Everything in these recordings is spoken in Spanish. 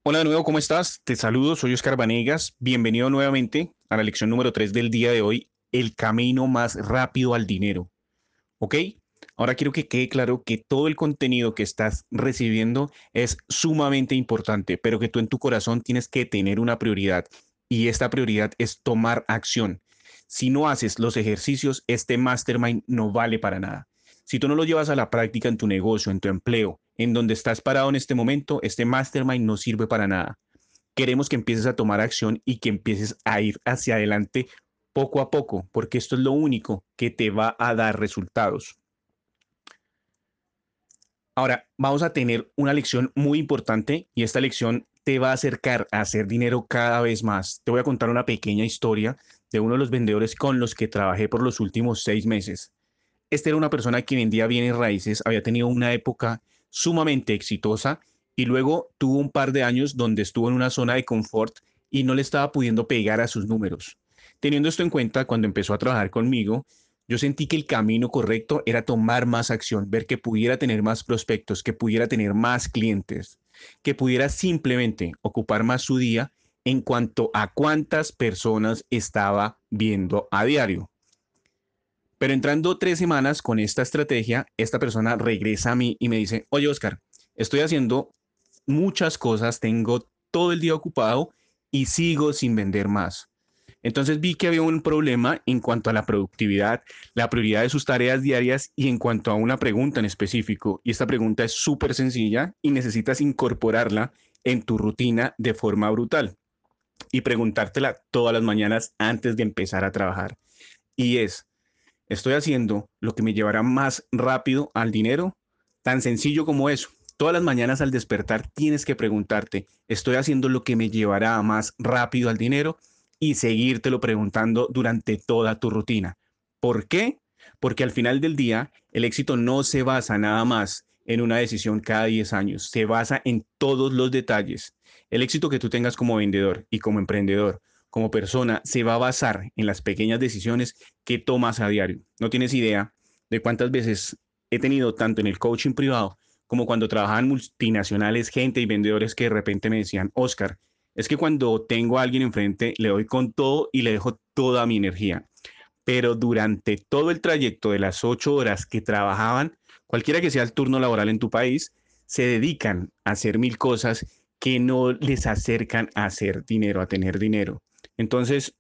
Hola de nuevo, ¿cómo estás? Te saludo, soy Oscar Vanegas. Bienvenido nuevamente a la lección número 3 del día de hoy, el camino más rápido al dinero. ¿Ok? Ahora quiero que quede claro que todo el contenido que estás recibiendo es sumamente importante, pero que tú en tu corazón tienes que tener una prioridad y esta prioridad es tomar acción. Si no haces los ejercicios, este mastermind no vale para nada. Si tú no lo llevas a la práctica en tu negocio, en tu empleo, en donde estás parado en este momento, este mastermind no sirve para nada. Queremos que empieces a tomar acción y que empieces a ir hacia adelante poco a poco, porque esto es lo único que te va a dar resultados. Ahora, vamos a tener una lección muy importante y esta lección te va a acercar a hacer dinero cada vez más. Te voy a contar una pequeña historia de uno de los vendedores con los que trabajé por los últimos 6 meses. Este era una persona que vendía bienes raíces, había tenido una época sumamente exitosa y luego tuvo un par de años donde estuvo en una zona de confort y no le estaba pudiendo pegar a sus números. Teniendo esto en cuenta, cuando empezó a trabajar conmigo, yo sentí que el camino correcto era tomar más acción, ver que pudiera tener más prospectos, que pudiera tener más clientes, que pudiera simplemente ocupar más su día en cuanto a cuántas personas estaba viendo a diario. Pero entrando 3 semanas con esta estrategia, esta persona regresa a mí y me dice, oye Oscar, estoy haciendo muchas cosas, tengo todo el día ocupado y sigo sin vender más. Entonces vi que había un problema en cuanto a la productividad, la prioridad de sus tareas diarias y en cuanto a una pregunta en específico. Y esta pregunta es súper sencilla y necesitas incorporarla en tu rutina de forma brutal y preguntártela todas las mañanas antes de empezar a trabajar. Y es, ¿estoy haciendo lo que me llevará más rápido al dinero? Tan sencillo como eso. Todas las mañanas al despertar tienes que preguntarte, ¿estoy haciendo lo que me llevará más rápido al dinero? Y seguírtelo preguntando durante toda tu rutina. ¿Por qué? Porque al final del día, el éxito no se basa nada más en una decisión cada 10 años, se basa en todos los detalles. El éxito que tú tengas como vendedor y como emprendedor, como persona, se va a basar en las pequeñas decisiones que tomas a diario. No tienes idea de cuántas veces he tenido tanto en el coaching privado como cuando trabajaban multinacionales, gente y vendedores que de repente me decían, Oscar, es que cuando tengo a alguien enfrente le doy con todo y le dejo toda mi energía. Pero durante todo el trayecto de las 8 horas que trabajaban, cualquiera que sea el turno laboral en tu país, se dedican a hacer mil cosas que no les acercan a hacer dinero, a tener dinero. Entonces,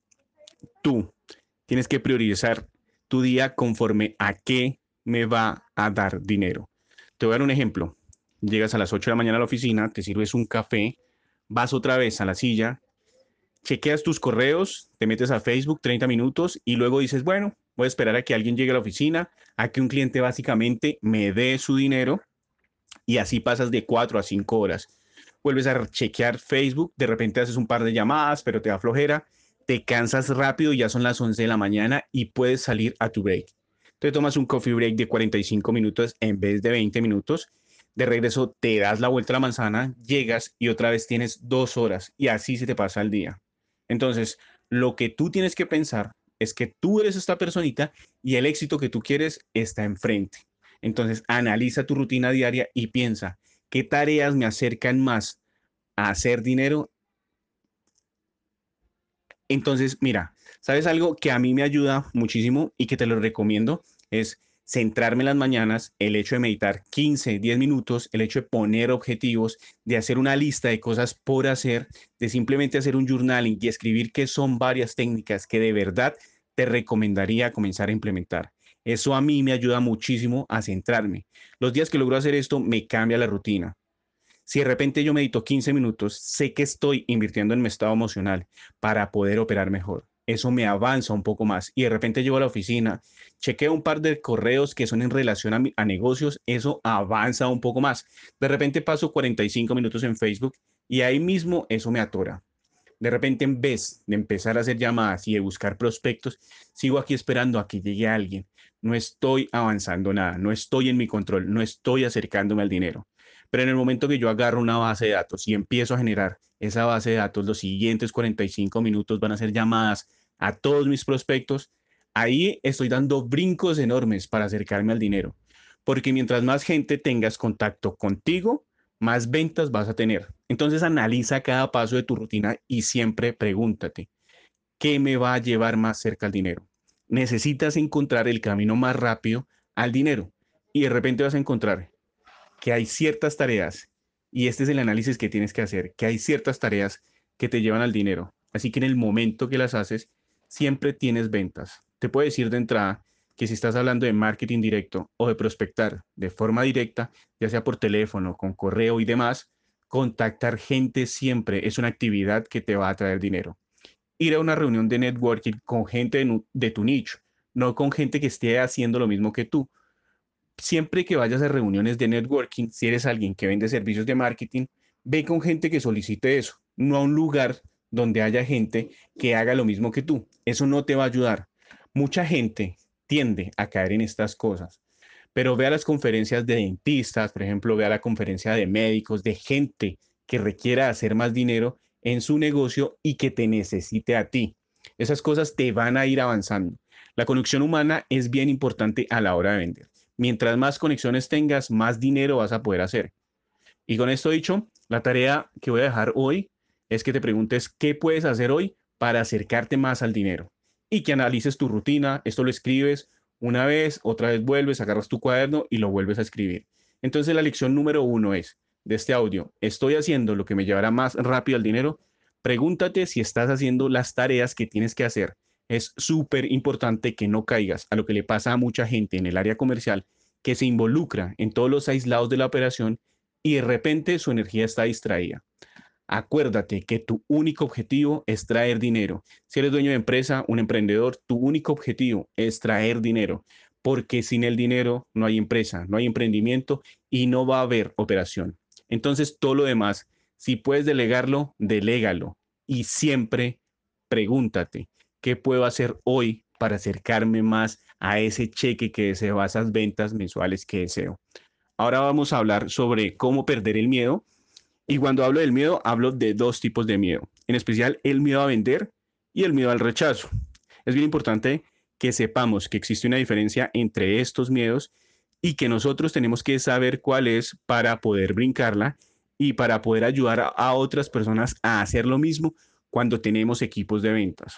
tú tienes que priorizar tu día conforme a qué me va a dar dinero. Te voy a dar un ejemplo. Llegas a las 8 de la mañana a la oficina, te sirves un café, vas otra vez a la silla, chequeas tus correos, te metes a Facebook 30 minutos y luego dices, bueno, voy a esperar a que alguien llegue a la oficina, a que un cliente básicamente me dé su dinero y así pasas de 4 a 5 horas. Vuelves a chequear Facebook, de repente haces un par de llamadas, pero te da flojera, te cansas rápido, ya son las 11 de la mañana y puedes salir a tu break. Te tomas un coffee break de 45 minutos en vez de 20 minutos. De regreso te das la vuelta a la manzana, llegas y otra vez tienes 2 horas y así se te pasa el día. Entonces, lo que tú tienes que pensar es que tú eres esta personita y el éxito que tú quieres está enfrente. Entonces, analiza tu rutina diaria y piensa, ¿qué tareas me acercan más a hacer dinero? Entonces, mira, ¿sabes algo que a mí me ayuda muchísimo y que te lo recomiendo? Es centrarme en las mañanas, el hecho de meditar 15, 10 minutos, el hecho de poner objetivos, de hacer una lista de cosas por hacer, de simplemente hacer un journaling y escribir que son varias técnicas que de verdad te recomendaría comenzar a implementar. Eso a mí me ayuda muchísimo a centrarme. Los días que logro hacer esto me cambia la rutina. Si de repente yo medito 15 minutos, sé que estoy invirtiendo en mi estado emocional para poder operar mejor. Eso me avanza un poco más y de repente llego a la oficina, chequeo un par de correos que son en relación a negocios, eso avanza un poco más. De repente paso 45 minutos en Facebook y ahí mismo eso me atora. De repente, en vez de empezar a hacer llamadas y de buscar prospectos, sigo aquí esperando a que llegue alguien. No estoy avanzando nada, no estoy en mi control, no estoy acercándome al dinero. Pero en el momento que yo agarro una base de datos y empiezo a generar esa base de datos, los siguientes 45 minutos van a ser llamadas a todos mis prospectos. Ahí estoy dando brincos enormes para acercarme al dinero. Porque mientras más gente tengas contacto contigo, más ventas vas a tener. Entonces analiza cada paso de tu rutina y siempre pregúntate, ¿qué me va a llevar más cerca al dinero? Necesitas encontrar el camino más rápido al dinero y de repente vas a encontrar que hay ciertas tareas, y este es el análisis que tienes que hacer, que hay ciertas tareas que te llevan al dinero. Así que en el momento que las haces, siempre tienes ventas. Te puedo decir de entrada que si estás hablando de marketing directo o de prospectar de forma directa, ya sea por teléfono, con correo y demás, contactar gente siempre es una actividad que te va a traer dinero. Ir a una reunión de networking con gente de tu nicho, no con gente que esté haciendo lo mismo que tú. Siempre que vayas a reuniones de networking, si eres alguien que vende servicios de marketing, ve con gente que solicite eso, no a un lugar donde haya gente que haga lo mismo que tú. Eso no te va a ayudar. Mucha gente tiende a caer en estas cosas, pero ve a las conferencias de dentistas, por ejemplo, ve a la conferencia de médicos, de gente que requiera hacer más dinero en su negocio y que te necesite a ti. Esas cosas te van a ir avanzando. La conexión humana es bien importante a la hora de vender. Mientras más conexiones tengas, más dinero vas a poder hacer. Y con esto dicho, la tarea que voy a dejar hoy es que te preguntes qué puedes hacer hoy para acercarte más al dinero y que analices tu rutina. Esto lo escribes una vez, otra vez vuelves, agarras tu cuaderno y lo vuelves a escribir. Entonces la lección número uno es de este audio, ¿estoy haciendo lo que me llevará más rápido al dinero? Pregúntate si estás haciendo las tareas que tienes que hacer. Es súper importante que no caigas a lo que le pasa a mucha gente en el área comercial que se involucra en todos los aislados de la operación y de repente su energía está distraída. Acuérdate que tu único objetivo es traer dinero. Si eres dueño de empresa, un emprendedor, tu único objetivo es traer dinero, porque sin el dinero no hay empresa, no hay emprendimiento y no va a haber operación. Entonces, todo lo demás, si puedes delegarlo, delégalo y siempre pregúntate, ¿qué puedo hacer hoy para acercarme más a ese cheque que deseo, a esas ventas mensuales que deseo? Ahora vamos a hablar sobre cómo perder el miedo. Y cuando hablo del miedo, hablo de dos tipos de miedo, en especial el miedo a vender y el miedo al rechazo. Es bien importante que sepamos que existe una diferencia entre estos miedos y que nosotros tenemos que saber cuál es para poder brincarla y para poder ayudar a otras personas a hacer lo mismo cuando tenemos equipos de ventas.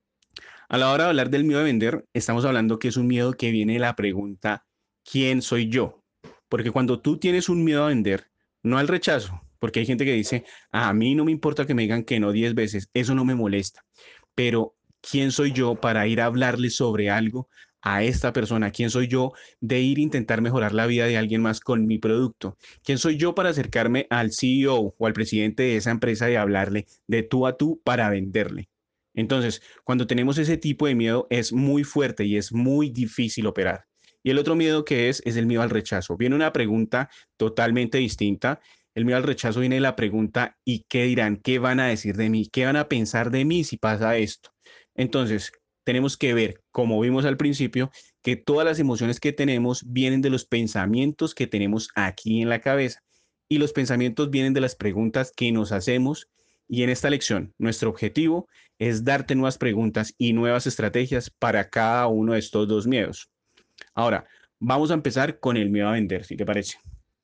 A la hora de hablar del miedo a vender, estamos hablando que es un miedo que viene de la pregunta, ¿quién soy yo? Porque cuando tú tienes un miedo a vender, no al rechazo, porque hay gente que dice, a mí no me importa que me digan que no 10 veces, eso no me molesta, pero ¿quién soy yo para ir a hablarle sobre algo a esta persona? ¿Quién soy yo de ir a intentar mejorar la vida de alguien más con mi producto? ¿Quién soy yo para acercarme al CEO o al presidente de esa empresa y hablarle de tú a tú para venderle? Entonces, cuando tenemos ese tipo de miedo es muy fuerte y es muy difícil operar. Y el otro miedo que es el miedo al rechazo. Viene una pregunta totalmente distinta. El miedo al rechazo viene de la pregunta, ¿y qué dirán? ¿Qué van a decir de mí? ¿Qué van a pensar de mí si pasa esto? Entonces, tenemos que ver, como vimos al principio, que todas las emociones que tenemos vienen de los pensamientos que tenemos aquí en la cabeza. Y los pensamientos vienen de las preguntas que nos hacemos. Y en esta lección, nuestro objetivo es darte nuevas preguntas y nuevas estrategias para cada uno de estos dos miedos. Ahora, vamos a empezar con el miedo a vender, si te parece.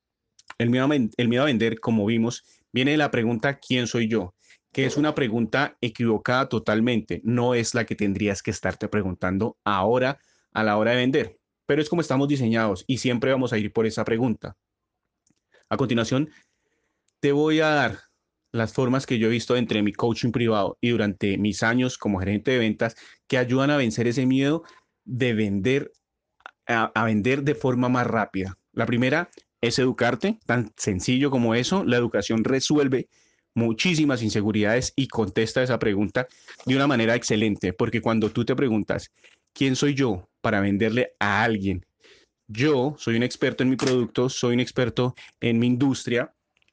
El miedo a vender, como vimos, viene de la pregunta ¿quién soy yo? Que es una pregunta equivocada totalmente. No es la que tendrías que estarte preguntando ahora a la hora de vender. Pero es como estamos diseñados y siempre vamos a ir por esa pregunta. A continuación, te voy a dar las formas que yo he visto entre mi coaching privado y durante mis años como gerente de ventas que ayudan a vencer ese miedo de vender a vender de forma más rápida. La primera es educarte, tan sencillo como eso. La educación resuelve muchísimas inseguridades y contesta esa pregunta de una manera excelente, porque cuando tú te preguntas, ¿quién soy yo para venderle a alguien? Yo soy un experto en mi producto, soy un experto en mi industria,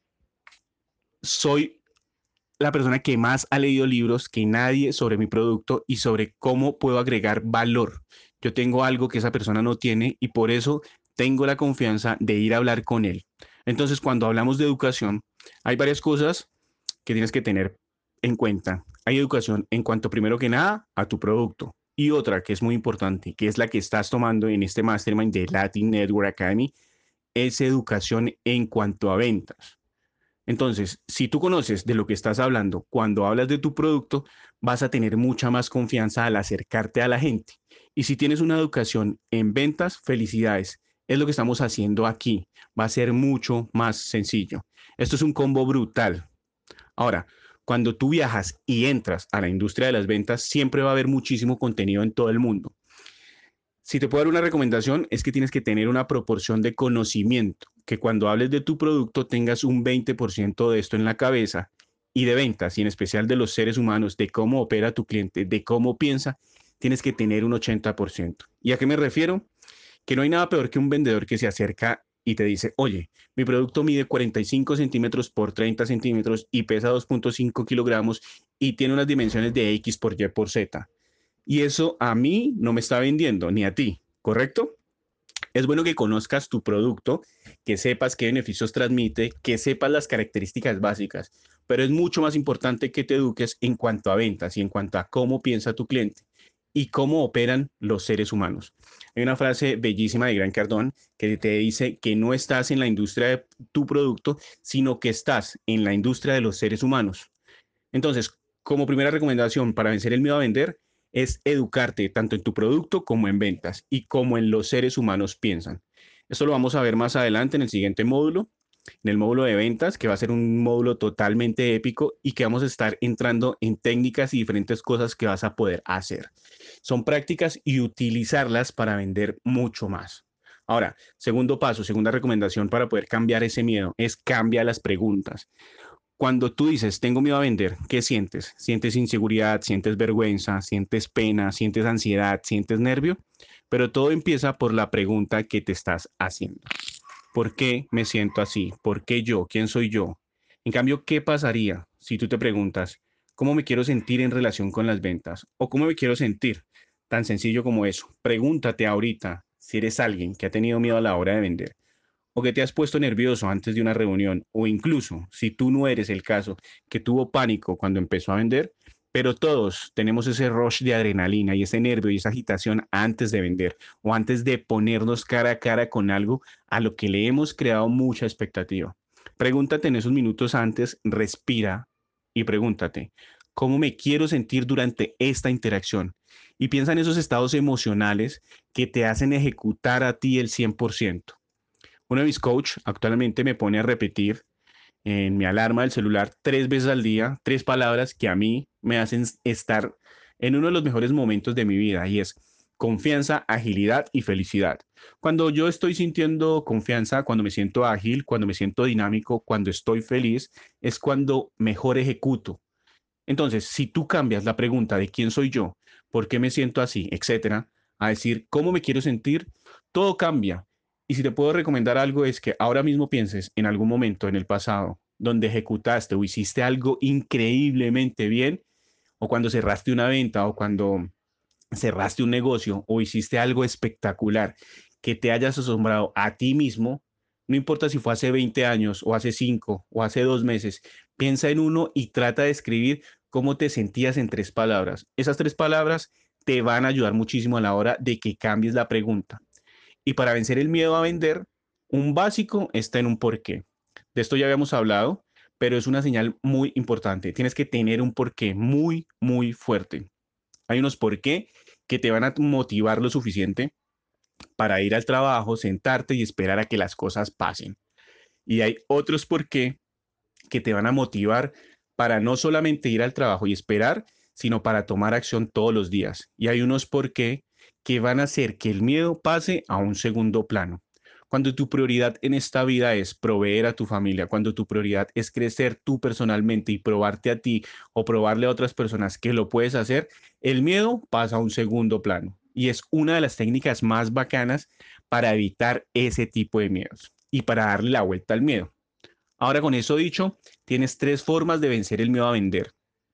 soy la persona que más ha leído libros que nadie sobre mi producto y sobre cómo puedo agregar valor. Yo tengo algo que esa persona no tiene y por eso tengo la confianza de ir a hablar con él. Entonces, cuando hablamos de educación, hay varias cosas que tienes que tener en cuenta. Hay educación en cuanto, primero que nada, a tu producto. Y otra que es muy importante, que es la que estás tomando en este mastermind de Latin Network Academy, es educación en cuanto a ventas. Entonces, si tú conoces de lo que estás hablando cuando hablas de tu producto, vas a tener mucha más confianza al acercarte a la gente. Y si tienes una educación en ventas, felicidades. Es lo que estamos haciendo aquí. Va a ser mucho más sencillo. Esto es un combo brutal. Ahora, cuando tú viajas y entras a la industria de las ventas, siempre va a haber muchísimo contenido en todo el mundo. Si te puedo dar una recomendación, es que tienes que tener una proporción de conocimiento, que cuando hables de tu producto tengas un 20% de esto en la cabeza y de ventas, y en especial de los seres humanos, de cómo opera tu cliente, de cómo piensa, tienes que tener un 80%. ¿Y a qué me refiero? Que no hay nada peor que un vendedor que se acerca y te dice, oye, mi producto mide 45 centímetros por 30 centímetros y pesa 2.5 kilogramos y tiene unas dimensiones de X por Y por Z. Y eso a mí no me está vendiendo, ni a ti, ¿correcto? Es bueno que conozcas tu producto, que sepas qué beneficios transmite, que sepas las características básicas, pero es mucho más importante que te eduques en cuanto a ventas y en cuanto a cómo piensa tu cliente y cómo operan los seres humanos. Hay una frase bellísima de Grant Cardone que te dice que no estás en la industria de tu producto, sino que estás en la industria de los seres humanos. Entonces, como primera recomendación para vencer el miedo a vender, es educarte tanto en tu producto como en ventas y como en los seres humanos piensan. Esto lo vamos a ver más adelante en el siguiente módulo, en el módulo de ventas, que va a ser un módulo totalmente épico y que vamos a estar entrando en técnicas y diferentes cosas que vas a poder hacer. Son prácticas y utilizarlas para vender mucho más. Ahora, segundo paso, segunda recomendación para poder cambiar ese miedo es cambia las preguntas. Cuando tú dices, tengo miedo a vender, ¿qué sientes? ¿Sientes inseguridad? ¿Sientes vergüenza? ¿Sientes pena? ¿Sientes ansiedad? ¿Sientes nervio? Pero todo empieza por la pregunta que te estás haciendo. ¿Por qué me siento así? ¿Por qué yo? ¿Quién soy yo? En cambio, ¿qué pasaría si tú te preguntas, ¿cómo me quiero sentir en relación con las ventas? ¿O cómo me quiero sentir? Tan sencillo como eso. Pregúntate ahorita si eres alguien que ha tenido miedo a la hora de vender o que te has puesto nervioso antes de una reunión, o incluso si tú no eres el caso que tuvo pánico cuando empezó a vender, pero todos tenemos ese rush de adrenalina y ese nervio y esa agitación antes de vender o antes de ponernos cara a cara con algo a lo que le hemos creado mucha expectativa. Pregúntate en esos minutos antes, respira y pregúntate, ¿cómo me quiero sentir durante esta interacción? Y piensa en esos estados emocionales que te hacen ejecutar a ti el 100%. Uno de mis coaches actualmente me pone a repetir en mi alarma del celular 3 veces al día, 3 palabras que a mí me hacen estar en uno de los mejores momentos de mi vida y es confianza, agilidad y felicidad. Cuando yo estoy sintiendo confianza, cuando me siento ágil, cuando me siento dinámico, cuando estoy feliz, es cuando mejor ejecuto. Entonces, si tú cambias la pregunta de quién soy yo, por qué me siento así, etcétera, a decir cómo me quiero sentir, todo cambia. Y si te puedo recomendar algo es que ahora mismo pienses en algún momento en el pasado donde ejecutaste o hiciste algo increíblemente bien, o cuando cerraste una venta, o cuando cerraste un negocio, o hiciste algo espectacular que te hayas asombrado a ti mismo, no importa si fue hace 20 años, o hace 5, o hace 2 meses, piensa en uno y trata de escribir cómo te sentías en 3 palabras. Esas 3 palabras te van a ayudar muchísimo a la hora de que cambies la pregunta. Y para vencer el miedo a vender, un básico está en un porqué. De esto ya habíamos hablado, pero es una señal muy importante. Tienes que tener un porqué muy, muy fuerte. Hay unos porqué que te van a motivar lo suficiente para ir al trabajo, sentarte y esperar a que las cosas pasen. Y hay otros porqué que te van a motivar para no solamente ir al trabajo y esperar, sino para tomar acción todos los días. Y hay unos por qué que van a hacer que el miedo pase a un segundo plano. Cuando tu prioridad en esta vida es proveer a tu familia, cuando tu prioridad es crecer tú personalmente y probarte a ti o probarle a otras personas que lo puedes hacer, el miedo pasa a un segundo plano. Y es una de las técnicas más bacanas para evitar ese tipo de miedos y para darle la vuelta al miedo. Ahora, con eso dicho, tienes 3 formas de vencer el miedo a vender.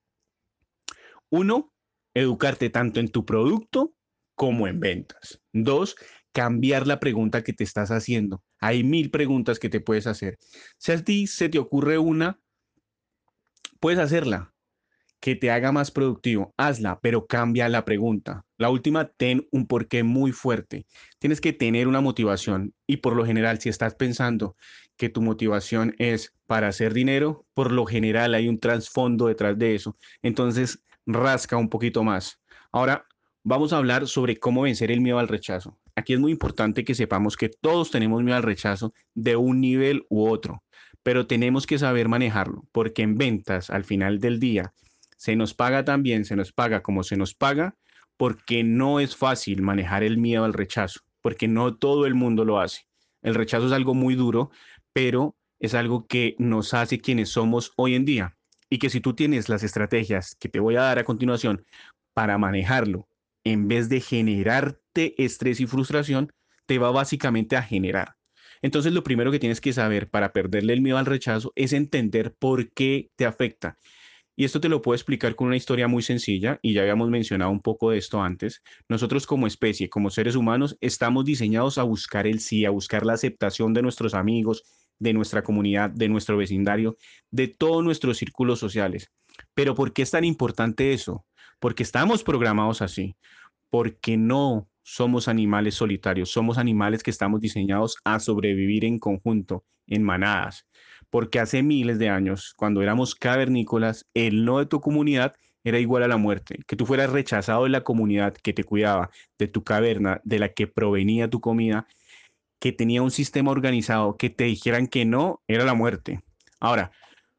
Uno, educarte tanto en tu producto como en ventas. Dos, cambiar la pregunta que te estás haciendo. Hay 1000 preguntas que te puedes hacer. Si a ti se te ocurre una, puedes hacerla que te haga más productivo, hazla, pero cambia la pregunta. La última, ten un porqué muy fuerte. Tienes que tener una motivación y por lo general, si estás pensando que tu motivación es para hacer dinero, por lo general hay un trasfondo detrás de eso. Entonces, rasca un poquito más. Ahora, vamos a hablar sobre cómo vencer el miedo al rechazo. Aquí es muy importante que sepamos que todos tenemos miedo al rechazo de un nivel u otro, pero tenemos que saber manejarlo, porque en ventas, al final del día, se nos paga también, se nos paga como se nos paga, porque no es fácil manejar el miedo al rechazo, porque no todo el mundo lo hace. El rechazo es algo muy duro, pero es algo que nos hace quienes somos hoy en día. Y que si tú tienes las estrategias que te voy a dar a continuación para manejarlo, en vez de generarte estrés y frustración, te va básicamente a generar. Entonces, lo primero que tienes que saber para perderle el miedo al rechazo es entender por qué te afecta. Y esto te lo puedo explicar con una historia muy sencilla, y ya habíamos mencionado un poco de esto antes. Nosotros como especie, como seres humanos, estamos diseñados a buscar el sí, a buscar la aceptación de nuestros amigos, de nuestra comunidad, de nuestro vecindario, de todos nuestros círculos sociales. Pero ¿por qué es tan importante eso? Porque estamos programados así, porque no somos animales solitarios, somos animales que estamos diseñados a sobrevivir en conjunto, en manadas. Porque hace miles de años, cuando éramos cavernícolas, el no de tu comunidad era igual a la muerte. Que tú fueras rechazado de la comunidad que te cuidaba, de tu caverna, de la que provenía tu comida, que tenía un sistema organizado, que te dijeran que no, era la muerte. Ahora,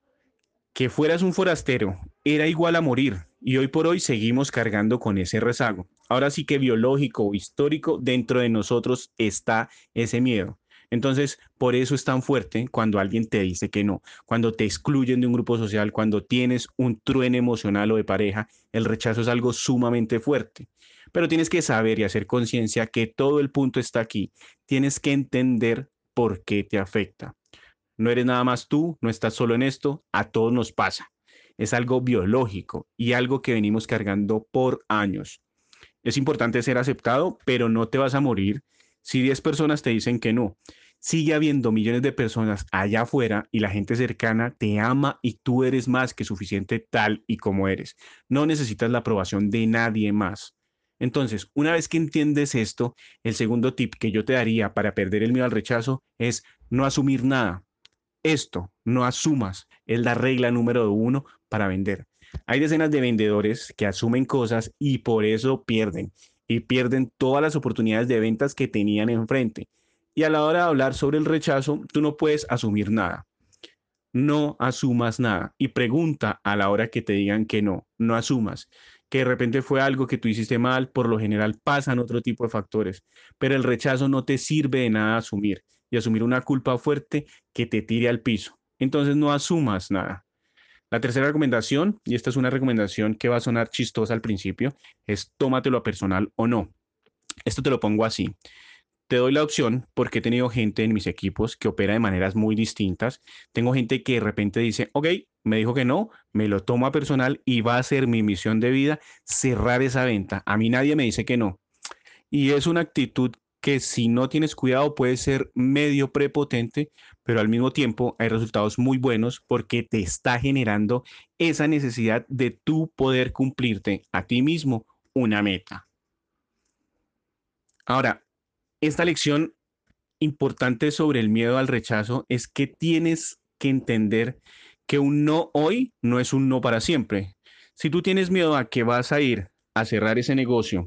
que fueras un forastero era igual a morir, y hoy por hoy seguimos cargando con ese rezago. Ahora sí que biológico o histórico, dentro de nosotros está ese miedo. Entonces, por eso es tan fuerte cuando alguien te dice que no, cuando te excluyen de un grupo social, cuando tienes un truene emocional o de pareja, el rechazo es algo sumamente fuerte. Pero tienes que saber y hacer conciencia que todo el punto está aquí. Tienes que entender por qué te afecta. No eres nada más tú, no estás solo en esto, a todos nos pasa. Es algo biológico y algo que venimos cargando por años. Es importante ser aceptado, pero no te vas a morir si 10 personas te dicen que no. Sigue habiendo millones de personas allá afuera y la gente cercana te ama y tú eres más que suficiente tal y como eres. No necesitas la aprobación de nadie más. Entonces, una vez que entiendes esto, el segundo tip que yo te daría para perder el miedo al rechazo es no asumir nada. Esto, no asumas, es la regla número uno para vender. Hay decenas de vendedores que asumen cosas y por eso pierden. Y pierden todas las oportunidades de ventas que tenían enfrente. Y a la hora de hablar sobre el rechazo, tú no puedes asumir nada. No asumas nada. Y pregunta a la hora que te digan que no. No asumas. Que de repente fue algo que tú hiciste mal, por lo general pasan otro tipo de factores. Pero el rechazo no te sirve de nada asumir. Y asumir una culpa fuerte que te tire al piso. Entonces no asumas nada. La tercera recomendación, y esta es una recomendación que va a sonar chistosa al principio, es tómatelo a personal o no. Esto te lo pongo así. Te doy la opción porque he tenido gente en mis equipos que opera de maneras muy distintas. Tengo gente que de repente dice, ok, me dijo que no, me lo tomo a personal y va a ser mi misión de vida cerrar esa venta. A mí nadie me dice que no. Y es una actitud que si no tienes cuidado puede ser medio prepotente, pero al mismo tiempo hay resultados muy buenos porque te está generando esa necesidad de tú poder cumplirte a ti mismo una meta. Ahora, esta lección importante sobre el miedo al rechazo es que tienes que entender que un no hoy no es un no para siempre. Si tú tienes miedo a que vas a ir a cerrar ese negocio,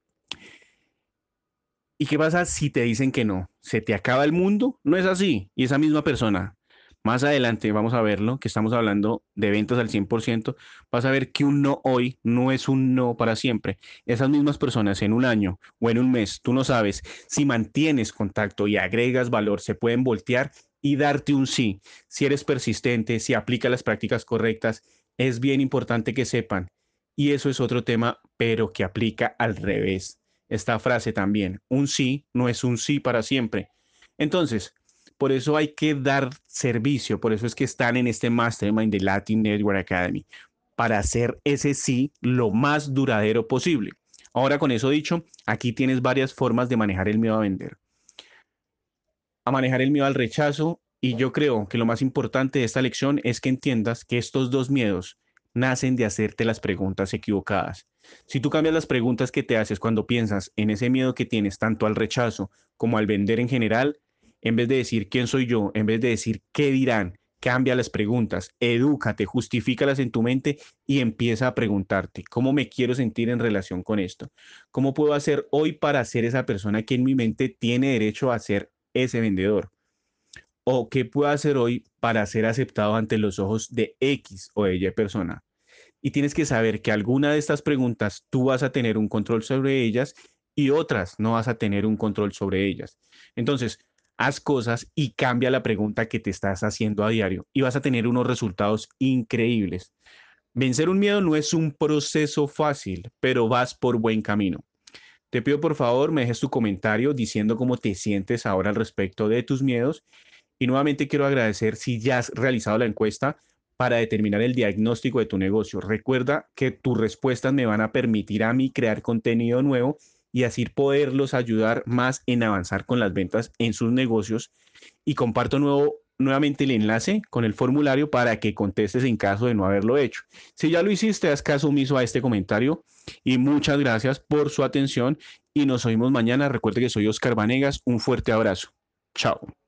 ¿y qué pasa si te dicen que no? ¿Se te acaba el mundo? No es así. Y esa misma persona, más adelante vamos a verlo, que estamos hablando de ventas al 100%, vas a ver que un no hoy no es un no para siempre. Esas mismas personas en un año o en un mes, tú no sabes, si mantienes contacto y agregas valor, se pueden voltear y darte un sí. Si eres persistente, si aplicas las prácticas correctas, es bien importante que sepan. Y eso es otro tema, pero que aplica al revés esta frase también. Un sí no es un sí para siempre. Entonces, por eso hay que dar servicio, por eso es que están en este Mastermind de Latin Network Academy, para hacer ese sí lo más duradero posible. Ahora, con eso dicho, aquí tienes varias formas de manejar el miedo a vender. A manejar el miedo al rechazo, y yo creo que lo más importante de esta lección es que entiendas que estos dos miedos nacen de hacerte las preguntas equivocadas. Si tú cambias las preguntas que te haces cuando piensas en ese miedo que tienes tanto al rechazo como al vender en general, en vez de decir quién soy yo, en vez de decir qué dirán, Cambia las preguntas, edúcate, justifícalas en tu mente y empieza a preguntarte, ¿cómo me quiero sentir en relación con esto? ¿Cómo puedo hacer hoy para ser esa persona que en mi mente tiene derecho a ser ese vendedor? ¿O qué puedo hacer hoy para ser aceptado ante los ojos de X o de Y persona? Y tienes que saber que alguna de estas preguntas tú vas a tener un control sobre ellas y otras no vas a tener un control sobre ellas. Entonces, haz cosas y cambia la pregunta que te estás haciendo a diario y vas a tener unos resultados increíbles. Vencer un miedo no es un proceso fácil, pero vas por buen camino. Te pido por favor me dejes tu comentario diciendo cómo te sientes ahora al respecto de tus miedos y nuevamente quiero agradecer si ya has realizado la encuesta para determinar el diagnóstico de tu negocio. Recuerda que tus respuestas me van a permitir a mí crear contenido nuevo y así poderlos ayudar más en avanzar con las ventas en sus negocios. Y comparto nuevamente el enlace con el formulario para que contestes en caso de no haberlo hecho. Si ya lo hiciste, haz caso omiso a este comentario y muchas gracias por su atención y nos oímos mañana. Recuerde que soy Oscar Vanegas. Un fuerte abrazo. Chao.